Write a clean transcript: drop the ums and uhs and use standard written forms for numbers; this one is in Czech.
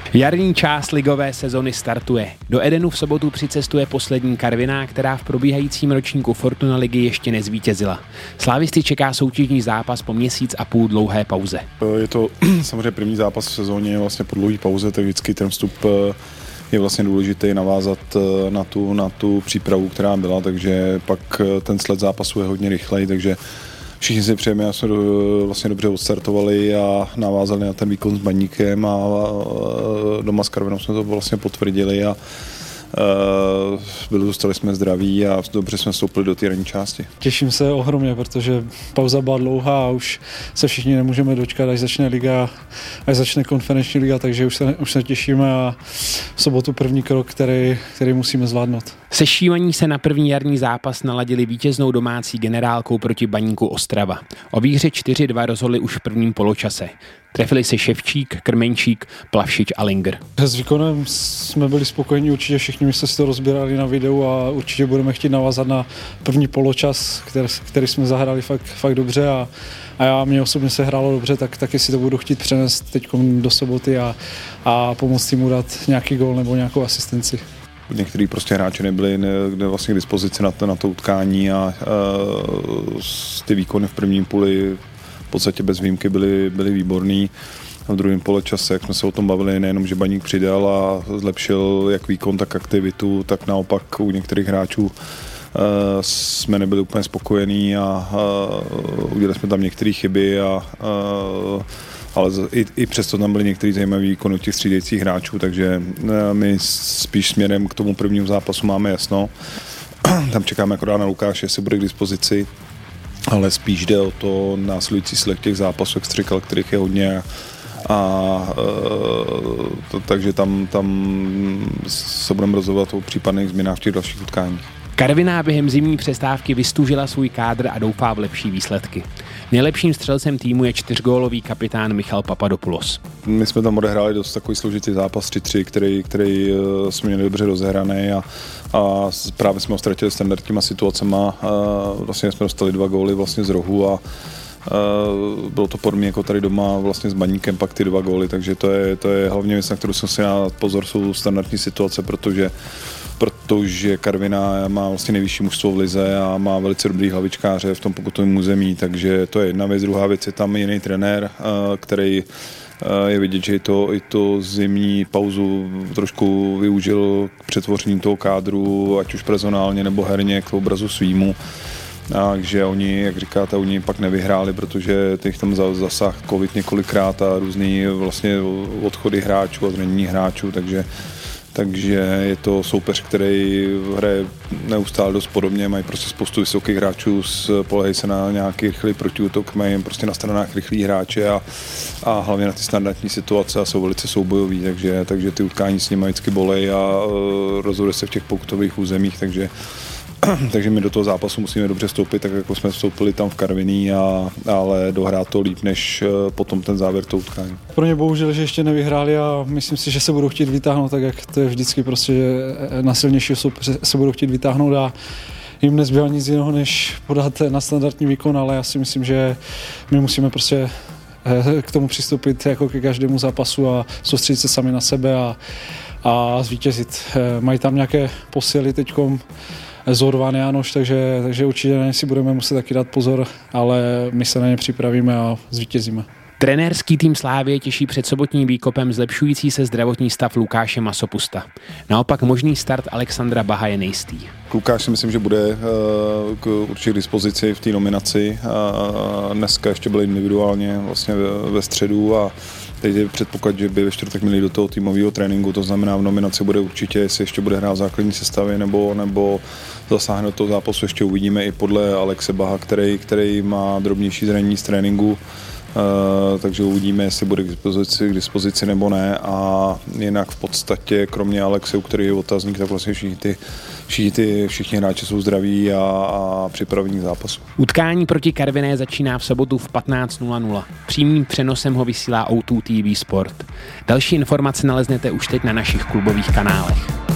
Jarní část ligové sezony startuje. Do Edenu v sobotu přicestuje poslední Karviná, která v probíhajícím ročníku Fortuna ligy ještě nezvítězila. Slávisty čeká soutěžní zápas po měsíc a půl dlouhé pauze. Je to samozřejmě první zápas v sezóně, vlastně po dlouhé pauze, tak vždycky ten vstup je vlastně důležitý navázat na tu přípravu, která byla, takže pak ten sled zápasu je hodně rychlej, takže všichni si přejeme, jsme vlastně dobře odstartovali a navázali na ten výkon s Baníkem a doma s Karvinou jsme to vlastně potvrdili a zůstali jsme zdraví a dobře jsme vstoupili do té ranní části. Těším se ohromně, protože pauza byla dlouhá a už se všichni nemůžeme dočkat, až začne liga, až začne konferenční liga, takže už se těšíme a v sobotu první krok, který musíme zvládnout. Sešívaní se na první jarní zápas naladili vítěznou domácí generálkou proti Baníku Ostrava. O výhře 4-2 rozhodli už v prvním poločase. Trefili se Ševčík, Krmenčík, Plavšič a Linger. S výkonem jsme byli spokojení, určitě všichni, my jsme si to rozbírali na videu a určitě budeme chtít navázat na první poločas, který jsme zahráli fakt dobře a mě osobně se hrálo dobře, tak taky si to budu chtít přenést teď do soboty a pomoct týmu dát nějaký gól nebo nějakou asistenci. Některý prostě hráči nebyli vlastně k dispozici na to utkání a ty výkony v prvním půli v podstatě bez výjimky byly výborný. V druhém poločase, jak jsme se o tom bavili, nejenom, že Baník přidal a zlepšil jak výkon, tak aktivitu, tak naopak u některých hráčů jsme nebyli úplně spokojení a udělali jsme tam některé chyby, ale i přesto tam byly některé zajímavé výkony těch střídajících hráčů, takže my spíš směrem k tomu prvnímu zápasu máme jasno. Tam čekáme akorát na Lukáše, jestli bude k dispozici, ale spíš jde o to následující sled těch zápasů, jak jsi říkal, kterých je hodně takže tam se budeme rozhodovat o případných změnách v těch dalších utkáních. Karviná během zimní přestávky vystůžila svůj kádr a doufá v lepší výsledky. Nejlepším střelcem týmu je 4gólový kapitán Michal Papadopoulos. My jsme tam odehráli dost takový složitý zápas 3-3, který jsme měli dobře rozehraný a právě jsme ho ztratili standardníma situacema. Vlastně jsme dostali 2 góly vlastně z rohu a bylo to podobně jako tady doma vlastně s Baníkem, pak ty 2 góly, takže to je hlavně věc, na kterou jsem si dát pozor, jsou standardní situace, protože Karviná má vlastně nejvyšší mužstvo v lize a má velice dobrý hlavičkáře v tom pokutovém území, takže to je jedna věc. Druhá věc je tam jiný trenér, který je vidět, že i to zimní pauzu trošku využil k přetvoření toho kádru, ať už personálně nebo herně k obrazu svýmu. Takže oni, jak říkáte, oni pak nevyhráli, protože těch tam zasáhl covid několikrát a různý vlastně odchody hráčů a zranění hráčů, takže je to soupeř, který hraje neustále dost podobně, mají prostě spoustu vysokých hráčů, spolehají se na nějaký rychlý protiútok, mají prostě na stranách rychlí hráče a hlavně na ty standardní situace a jsou velice soubojoví, takže ty utkání s nimi vždycky bolej a rozhoduje se v těch pokutových územích, takže my do toho zápasu musíme dobře vstoupit, tak jako jsme vstoupili tam v Karviní, ale dohrát to líp, než potom ten závěr toho utkání. Pro ně bohužel, že ještě nevyhráli a myslím si, že se budou chtít vytáhnout, tak jak to je vždycky prostě, že na silnější soupeře se budou chtít vytáhnout a jim nezbývá nic jiného, než podat na standardní výkon, ale já si myslím, že my musíme prostě k tomu přistoupit jako ke každému zápasu a soustředit se sami na sebe a zvítězit. Mají tam nějaké posily teďkom, Zorván Jánoš, takže určitě na ně si budeme muset taky dát pozor, ale my se na ně připravíme a zvítězíme. Trenérský tým Slávie těší před sobotním výkopem zlepšující se zdravotní stav Lukáše Masopusta. Naopak možný start Alexandra Baha je nejistý. Lukáš si myslím, že bude určitě k dispozici v té nominaci. Dneska ještě byl individuálně vlastně ve středu a teď je předpoklad, že by ve čtvrtek měli do toho týmového tréninku, to znamená v nominaci bude určitě, jestli ještě bude hrát v základní sestavě nebo zasáhne do toho zápasu, ještě uvidíme i podle Alexe Baha, který má drobnější zranění z tréninku. Takže uvidíme, jestli bude k dispozici nebo ne a jinak v podstatě kromě Alexeu, který je otazník, tak vlastně všichni hráči jsou zdraví a připravení k zápasu. Utkání proti Karviné začíná v sobotu v 15:00. Přímým přenosem ho vysílá O2 TV Sport. Další informace naleznete už teď na našich klubových kanálech.